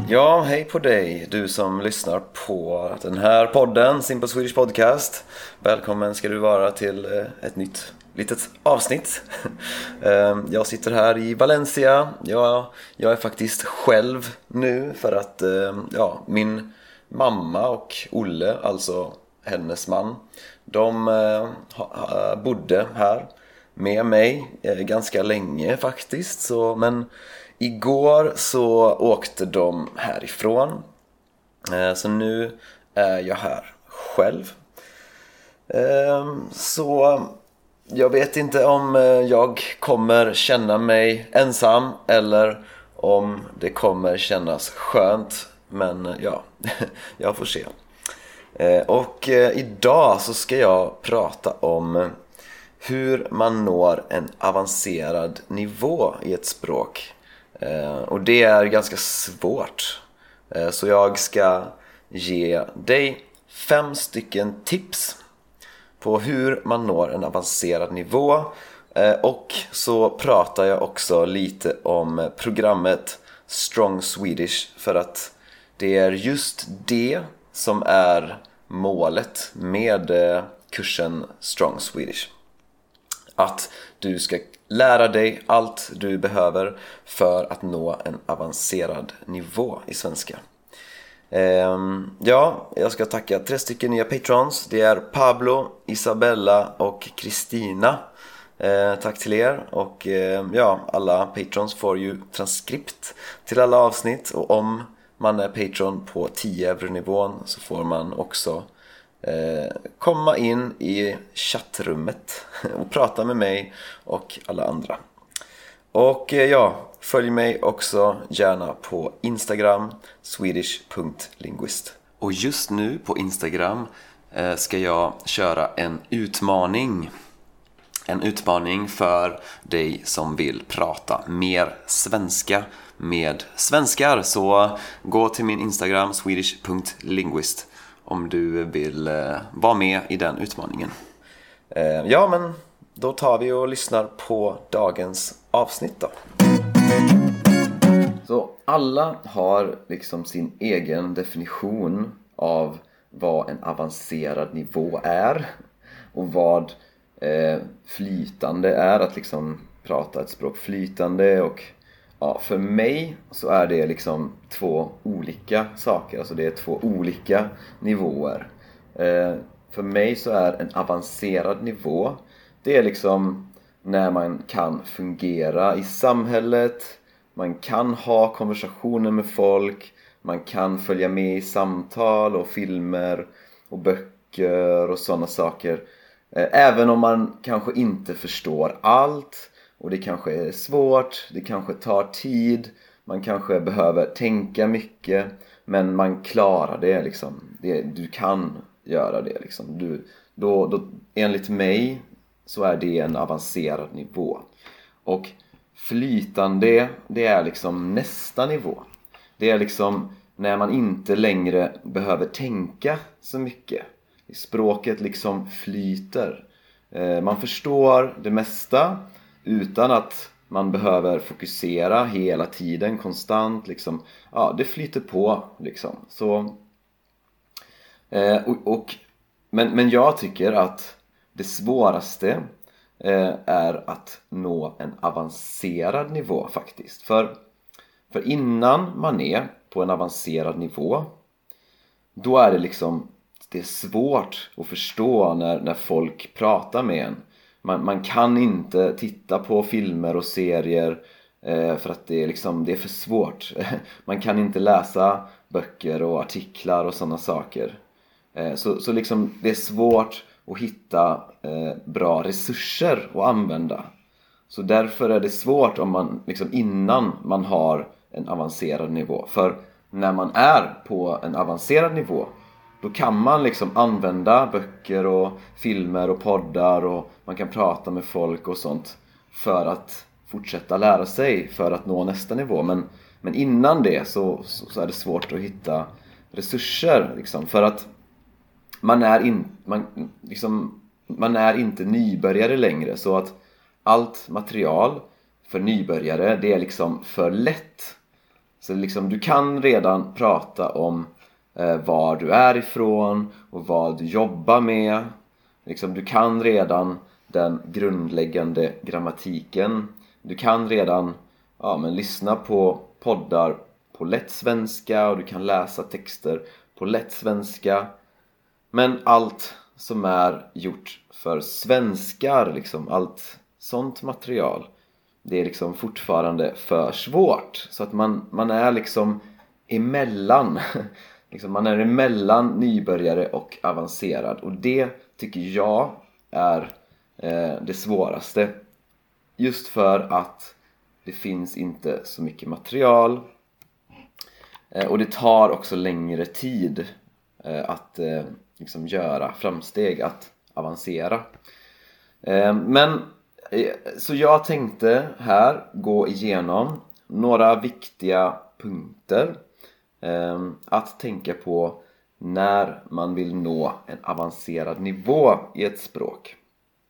Ja, hej på dig, du som lyssnar på den här podden, Simple Swedish Podcast. Välkommen ska du vara till ett nytt litet avsnitt. Jag sitter här i Valencia. Jag är faktiskt själv nu för att min mamma och Olle, alltså hennes man, de bodde här med mig ganska länge faktiskt. Men igår så åkte de härifrån. Så nu är jag här själv. Så jag vet inte om jag kommer känna mig ensam eller om det kommer kännas skönt. Men ja, jag får se. Och idag så ska jag prata om hur man når en avancerad nivå i ett språk. Och det är ganska svårt. Så jag ska ge dig 5 stycken tips på hur man når en avancerad nivå. Och så pratar jag också lite om programmet Strong Swedish, för att det är just det som är målet med kursen Strong Swedish. Att du ska lära dig allt du behöver för att nå en avancerad nivå i svenska. Jag ska tacka 3 stycken nya patrons. Det är Pablo, Isabella och Kristina. Tack till er. Och alla patrons får ju transkript till alla avsnitt. Och om man är patron på 10 euro-nivån så får man också komma in i chattrummet och prata med mig och alla andra. Och följ mig också gärna på Instagram, swedish.linguist. Och just nu på Instagram ska jag köra en utmaning. En utmaning för dig som vill prata mer svenska med svenskar. Så gå till min Instagram, swedish.linguist, om du vill vara med i den utmaningen. Men då tar vi och lyssnar på dagens avsnitt då. Så alla har liksom sin egen definition av vad en avancerad nivå är. Och vad flytande är, att liksom prata ett språk flytande. Och för mig så är det liksom 2 olika saker. Alltså det är 2 olika nivåer. För mig så är en avancerad nivå, det är liksom när man kan fungera i samhället, man kan ha konversationer med folk, man kan följa med i samtal och filmer och böcker och sådana saker. Även om man kanske inte förstår allt, och det kanske är svårt, det kanske tar tid, man kanske behöver tänka mycket, men man klarar det liksom. Du kan göra det liksom. Då, enligt mig så är det en avancerad nivå. Och flytande, det är liksom nästa nivå. Det är liksom när man inte längre behöver tänka så mycket. Språket liksom flyter. Man förstår det mesta utan att man behöver fokusera hela tiden, konstant liksom. Det flyter på liksom. Så men jag tycker att det svåraste är att nå en avancerad nivå faktiskt. För innan man är på en avancerad nivå, då är det liksom, det är svårt att förstå när folk pratar med en. Man kan inte titta på filmer och serier för att det är för svårt. Man kan inte läsa böcker och artiklar och sådana saker. Så liksom det är svårt att hitta bra resurser att använda. Så därför är det svårt om man liksom innan man har en avancerad nivå. För när man är på en avancerad nivå, då kan man liksom använda böcker och filmer och poddar, och man kan prata med folk och sånt för att fortsätta lära sig för att nå nästa nivå. Men innan det så är det svårt att hitta resurser liksom, för att man är inte nybörjare längre. Så att allt material för nybörjare, det är liksom för lätt. Så liksom, du kan redan prata om var du är ifrån och vad du jobbar med. Liksom, du kan redan den grundläggande grammatiken. Du kan redan lyssna på poddar på lätt svenska och du kan läsa texter på lätt svenska. Men allt som är gjort för svenskar, liksom, allt sånt material, det är liksom fortfarande för svårt. Så att man är liksom emellan. Liksom, man är emellan nybörjare och avancerad. Och det tycker jag är det svåraste. Just för att det finns inte så mycket material. Och det tar också längre tid att liksom göra framsteg, att avancera. Så jag tänkte här gå igenom några viktiga punkter att tänka på när man vill nå en avancerad nivå i ett språk.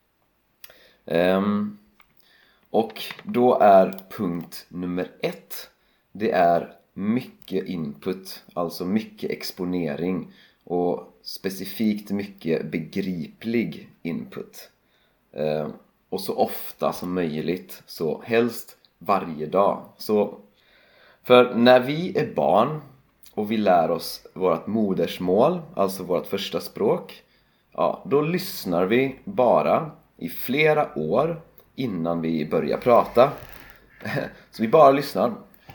Och då är punkt nummer 1, det är mycket input, alltså mycket exponering och specifikt mycket begriplig input. Och så ofta som möjligt, så helst varje dag. Så, för när vi är barn och vi lär oss vårt modersmål, alltså vårt första språk, då lyssnar vi bara i flera år innan vi börjar prata. Så vi bara lyssnar.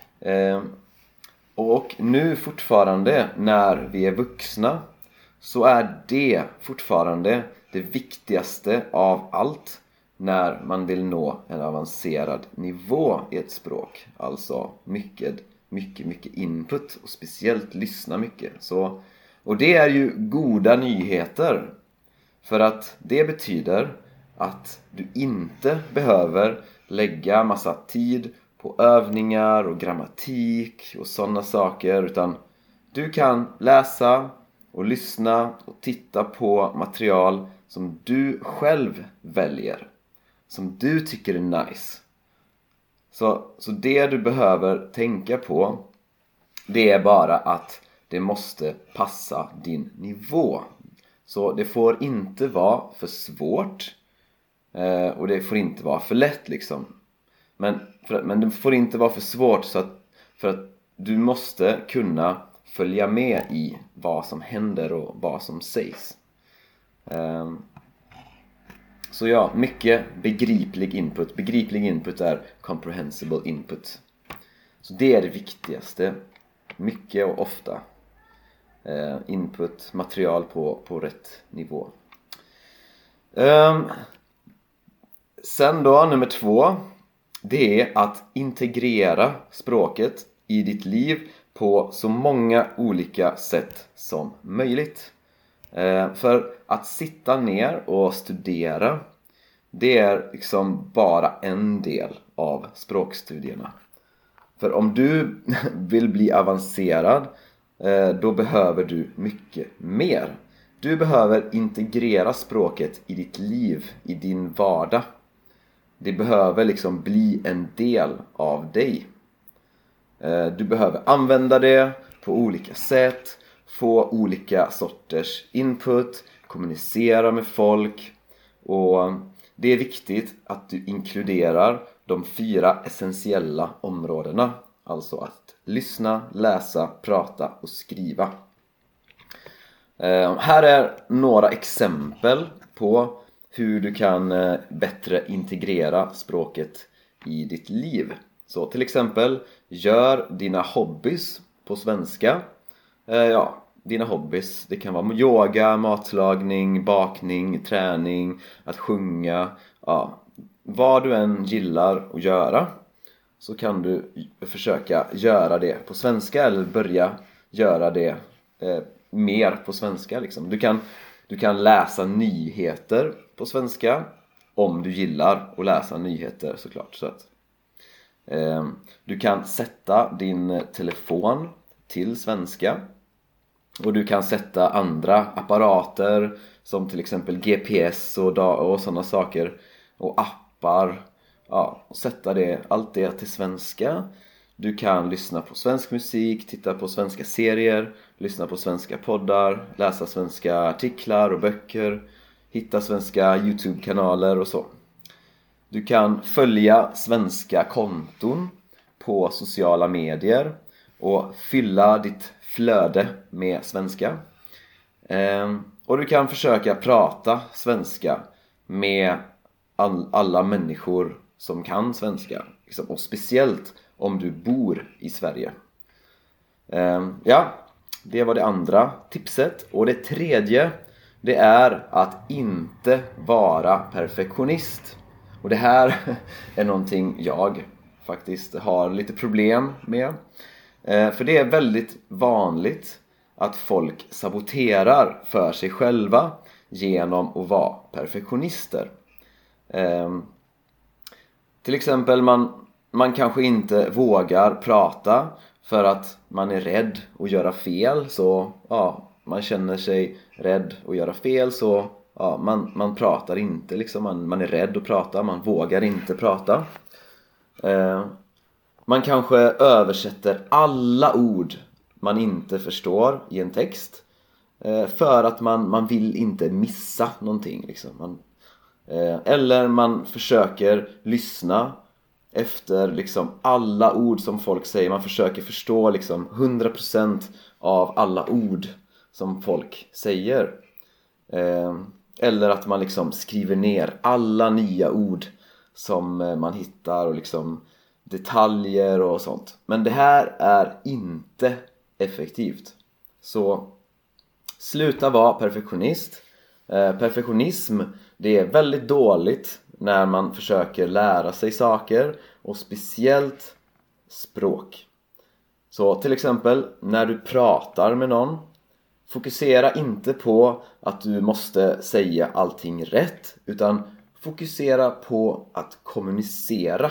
Och nu fortfarande när vi är vuxna så är det fortfarande det viktigaste av allt när man vill nå en avancerad nivå i ett språk. Alltså mycket input och speciellt lyssna mycket. Och det är ju goda nyheter, för att det betyder att du inte behöver lägga massa tid på övningar och grammatik och sådana saker, utan du kan läsa och lyssna och titta på material som du själv väljer, som du tycker är nice. Så det du behöver tänka på, det är bara att det måste passa din nivå. Så det får inte vara för svårt och det får inte vara för lätt liksom. Men det får inte vara för svårt, för att du måste kunna följa med i vad som händer och vad som sägs. Så ja, mycket begriplig input. Begriplig input är comprehensible input. Så det är det viktigaste. Mycket och ofta. Input, material på rätt nivå. Sen då, nummer 2. Det är att integrera språket i ditt liv på så många olika sätt som möjligt. För att sitta ner och studera, det är liksom bara en del av språkstudierna. För om du vill bli avancerad, då behöver du mycket mer. Du behöver integrera språket i ditt liv, i din vardag. Det behöver liksom bli en del av dig. Du behöver använda det på olika sätt, få olika sorters input, kommunicera med folk. Och det är viktigt att du inkluderar de 4 essentiella områdena. Alltså att lyssna, läsa, prata och skriva. Här är några exempel på hur du kan bättre integrera språket i ditt liv. Så till exempel, gör dina hobbies på svenska. Dina hobbies, det kan vara yoga, matlagning, bakning, träning, att sjunga. Vad du än gillar att göra, så kan du försöka göra det på svenska eller börja göra det mer på svenska liksom. Du kan läsa nyheter på svenska om du gillar att läsa nyheter, såklart. Så att, du kan sätta din telefon till svenska, och du kan sätta andra apparater som till exempel GPS och sådana saker och appar, och sätta allt det till svenska. Du kan lyssna på svensk musik, titta på svenska serier, lyssna på svenska poddar, läsa svenska artiklar och böcker, hitta svenska YouTube-kanaler och så. Du kan följa svenska konton på sociala medier och fylla ditt flöde med svenska. Och du kan försöka prata svenska med alla människor som kan svenska. Och speciellt om du bor i Sverige. Ja, det var det andra tipset. Och det tredje, det är att inte vara perfektionist. Och det här är någonting jag faktiskt har lite problem med. För det är väldigt vanligt att folk saboterar för sig själva genom att vara perfektionister. Till exempel man kanske inte vågar prata för att man är rädd att göra fel. Så ja, man känner sig rädd att göra fel, så ja, man pratar inte liksom. Man är rädd att prata, man vågar inte prata. Man kanske översätter alla ord man inte förstår i en text för att man vill inte missa någonting liksom. Eller man försöker lyssna efter liksom alla ord som folk säger. Man försöker förstå liksom 100% av alla ord som folk säger. Eller att man liksom skriver ner alla nya ord som man hittar och liksom detaljer och sånt. Men det här är inte effektivt. Så sluta vara perfektionist. Perfektionism, det är väldigt dåligt när man försöker lära sig saker, och speciellt språk. Så till exempel när du pratar med någon, fokusera inte på att du måste säga allting rätt, utan fokusera på att kommunicera.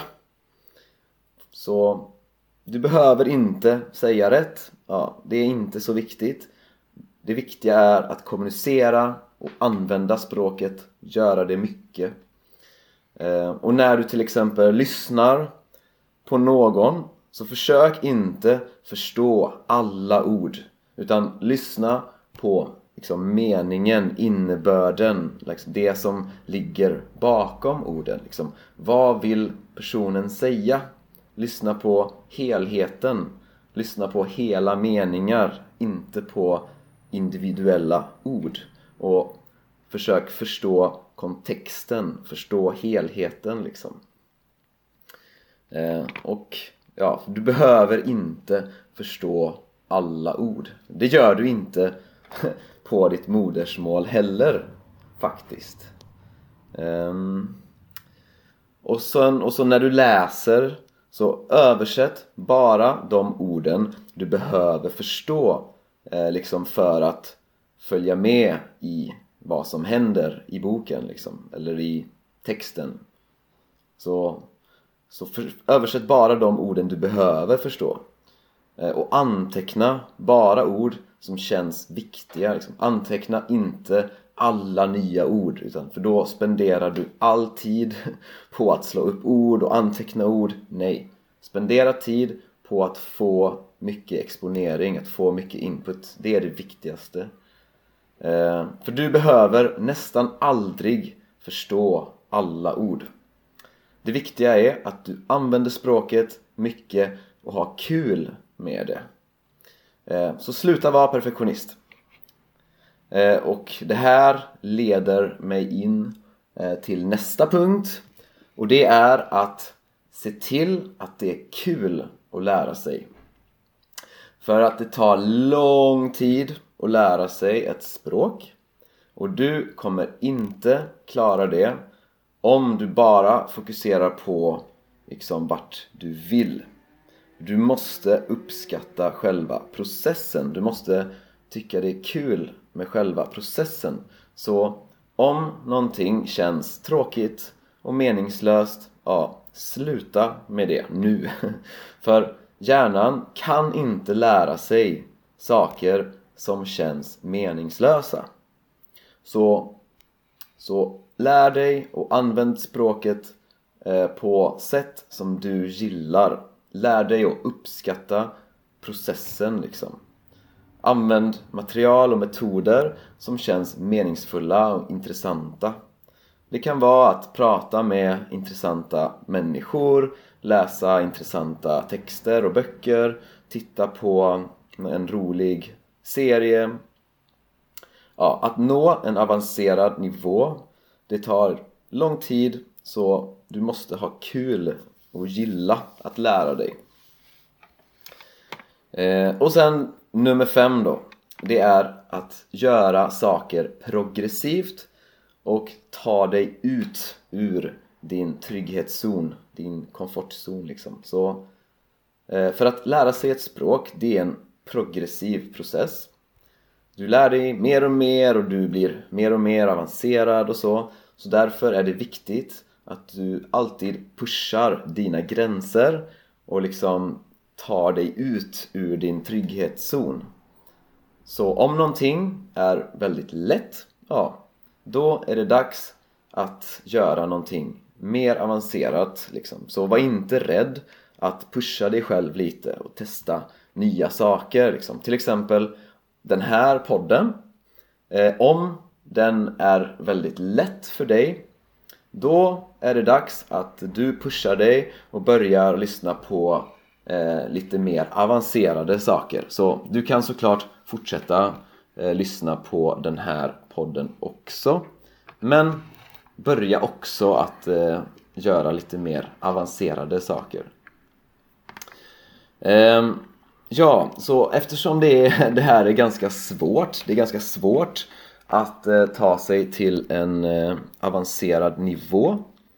Så du behöver inte säga rätt. Ja, det är inte så viktigt. Det viktiga är att kommunicera och använda språket, göra det mycket. Och när du till exempel lyssnar på någon, så försök inte förstå alla ord, utan lyssna på liksom meningen, innebörden, liksom det som ligger bakom orden. Liksom, vad vill personen säga? Lyssna på helheten. Lyssna på hela meningar, inte på individuella ord. Och försök förstå kontexten, förstå helheten liksom. Och ja, du behöver inte förstå alla ord. Det gör du inte på ditt modersmål heller faktiskt. Och så när du läser, så översätt bara de orden du behöver förstå liksom för att följa med i vad som händer i boken liksom, eller i texten. Så översätt bara de orden du behöver förstå. Och anteckna bara ord som känns viktiga liksom. Anteckna inte alla nya ord, för då spenderar du all tid på att slå upp ord och anteckna ord. Nej, spendera tid på att få mycket exponering, att få mycket input. Det är det viktigaste. För du behöver nästan aldrig förstå alla ord. Det viktiga är att du använder språket mycket och har kul med det. Så sluta vara perfektionist. Och det här leder mig in till nästa punkt. Och det är att se till att det är kul att lära sig. För att det tar lång tid att lära sig ett språk. Och du kommer inte klara det om du bara fokuserar på liksom vart du vill. Du måste uppskatta själva processen. Du måste tycka det är kul med själva processen. Så om någonting känns tråkigt och meningslöst, ja, sluta med det nu. För hjärnan kan inte lära sig saker som känns meningslösa. Så lär dig och använd språket på sätt som du gillar. lär dig att uppskatta processen liksom. Använd material och metoder som känns meningsfulla och intressanta. Det kan vara att prata med intressanta människor, läsa intressanta texter och böcker, titta på en rolig serie. Ja, att nå en avancerad nivå, det tar lång tid, så du måste ha kul och gilla att lära dig. Och sen nummer 5 då, det är att göra saker progressivt och ta dig ut ur din trygghetszon, din komfortzon liksom. Så för att lära sig ett språk, det är en progressiv process. Du lär dig mer och mer och du blir mer och mer avancerad och så. Så därför är det viktigt att du alltid pushar dina gränser och liksom tar dig ut ur din trygghetszon. Så om någonting är väldigt lätt, ja, då är det dags att göra någonting mer avancerat liksom. Så var inte rädd att pusha dig själv lite och testa nya saker liksom. Till exempel den här podden, om den är väldigt lätt för dig, då är det dags att du pushar dig och börjar lyssna på lite mer avancerade saker. Så du kan såklart fortsätta lyssna på den här podden också, men börja också att göra lite mer avancerade saker. Ja, så eftersom det här är ganska svårt, det är ganska svårt att ta sig till en avancerad nivå.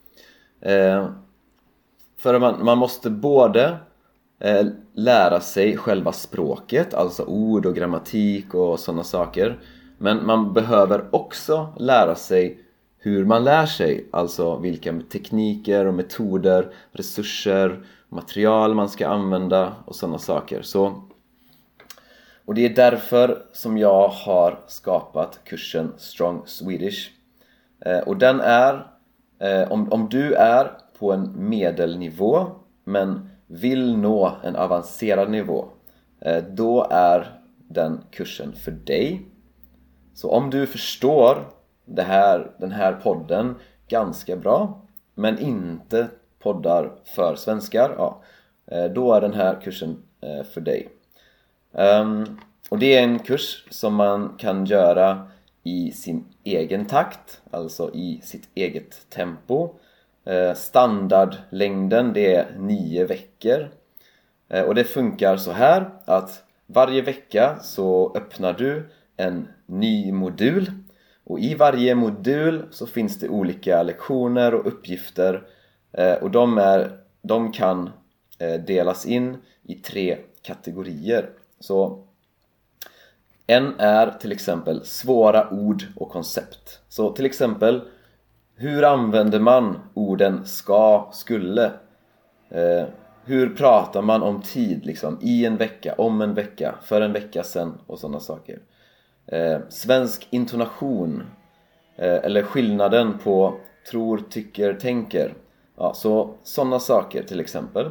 För man måste både lära sig själva språket, alltså ord och grammatik och sådana saker. Men man behöver också lära sig hur man lär sig, alltså vilka tekniker och metoder, resurser, material man ska använda och sådana saker. Och det är därför som jag har skapat kursen Strong Swedish. Och den är, om du är på en medelnivå men vill nå en avancerad nivå, då är den kursen för dig. Så om du förstår den här podden ganska bra men inte poddar för svenskar, ja, då är den här kursen för dig. Och det är en kurs som man kan göra i sin egen takt, alltså i sitt eget tempo. Standardlängden, det är 9 veckor. Och det funkar så här att varje vecka så öppnar du en ny modul. Och i varje modul så finns det olika lektioner och uppgifter. Och de kan delas in i 3 kategorier. Så en är till exempel svåra ord och koncept. Så till exempel, hur använder man orden ska, skulle? Hur pratar man om tid liksom, i en vecka, om en vecka, för en vecka sedan och sådana saker. Svensk intonation, eller skillnaden på tror, tycker, tänker. Ja, så sådana saker till exempel.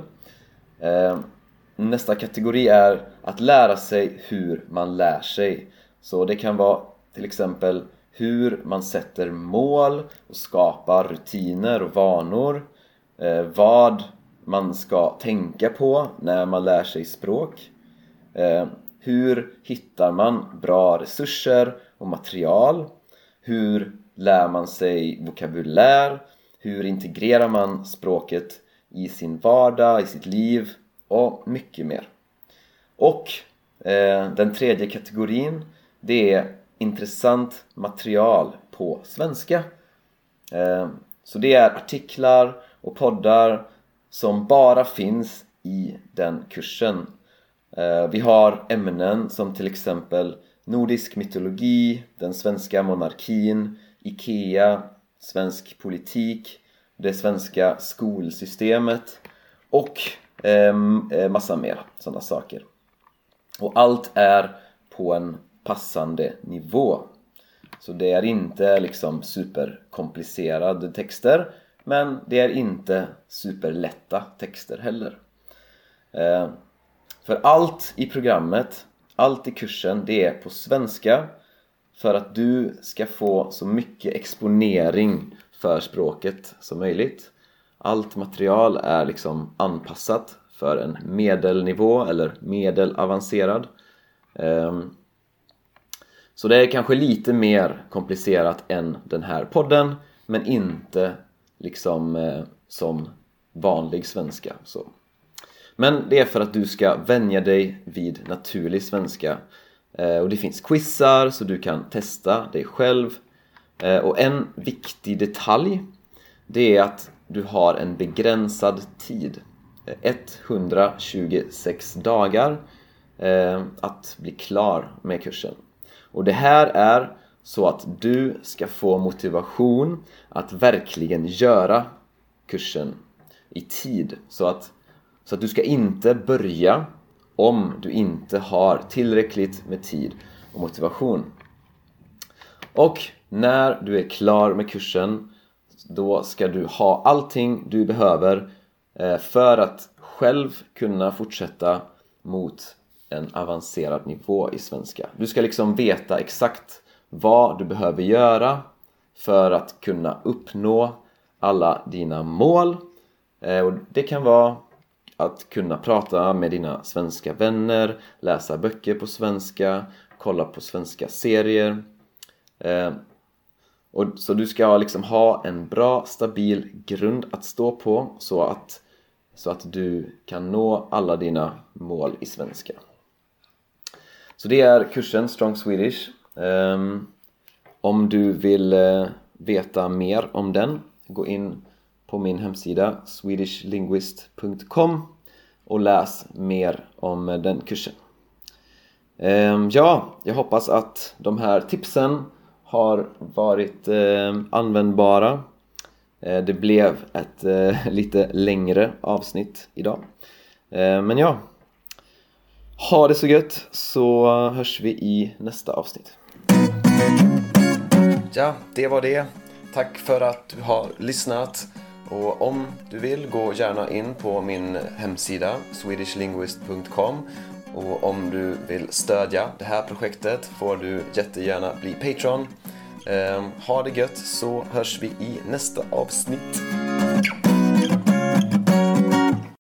Nästa kategori är att lära sig hur man lär sig. Så det kan vara till exempel hur man sätter mål och skapar rutiner och vanor. Vad man ska tänka på när man lär sig språk. Hur hittar man bra resurser och material? Hur lär man sig vokabulär? Hur integrerar man språket i sin vardag, i sitt liv och mycket mer. Och den tredje kategorin, det är intressant material på svenska. Så det är artiklar och poddar som bara finns i den kursen. Vi har ämnen som till exempel nordisk mytologi, den svenska monarkin, IKEA, svensk politik, det svenska skolsystemet och massa mer sådana saker. Och allt är på en passande nivå. Så det är inte liksom superkomplicerade texter, men det är inte superlätta texter heller. För allt i programmet, allt i kursen, det är på svenska för att du ska få så mycket exponering för språket som möjligt. Allt material är liksom anpassat för en medelnivå eller medelavancerad. Så det är kanske lite mer komplicerat än den här podden, men inte liksom som vanlig svenska. Så. Men det är för att du ska vänja dig vid naturlig svenska. Och det finns quizar så du kan testa dig själv. Och en viktig detalj, det är att du har en begränsad tid. 126 dagar att bli klar med kursen. Och det här är så att du ska få motivation att verkligen göra kursen i tid. Så att du ska inte börja om du inte har tillräckligt med tid och motivation. Och när du är klar med kursen, då ska du ha allting du behöver för att själv kunna fortsätta mot en avancerad nivå i svenska. Du ska liksom veta exakt vad du behöver göra för att kunna uppnå alla dina mål. Och det kan vara att kunna prata med dina svenska vänner, läsa böcker på svenska, kolla på svenska serier. Och så du ska liksom ha en bra, stabil grund att stå på så att du kan nå alla dina mål i svenska. Så det är kursen Strong Swedish. Om du vill veta mer om den, gå in på min hemsida swedishlinguist.com och läs mer om den kursen. Ja, jag hoppas att de här tipsen har varit användbara. Det blev ett lite längre avsnitt idag. Men ja, ha det så gött, så hörs vi i nästa avsnitt. Ja, det var det. Tack för att du har lyssnat. Och om du vill, gå gärna in på min hemsida swedishlinguist.com. Och om du vill stödja det här projektet får du jättegärna bli Patreon. Ha det gött, så hörs vi i nästa avsnitt.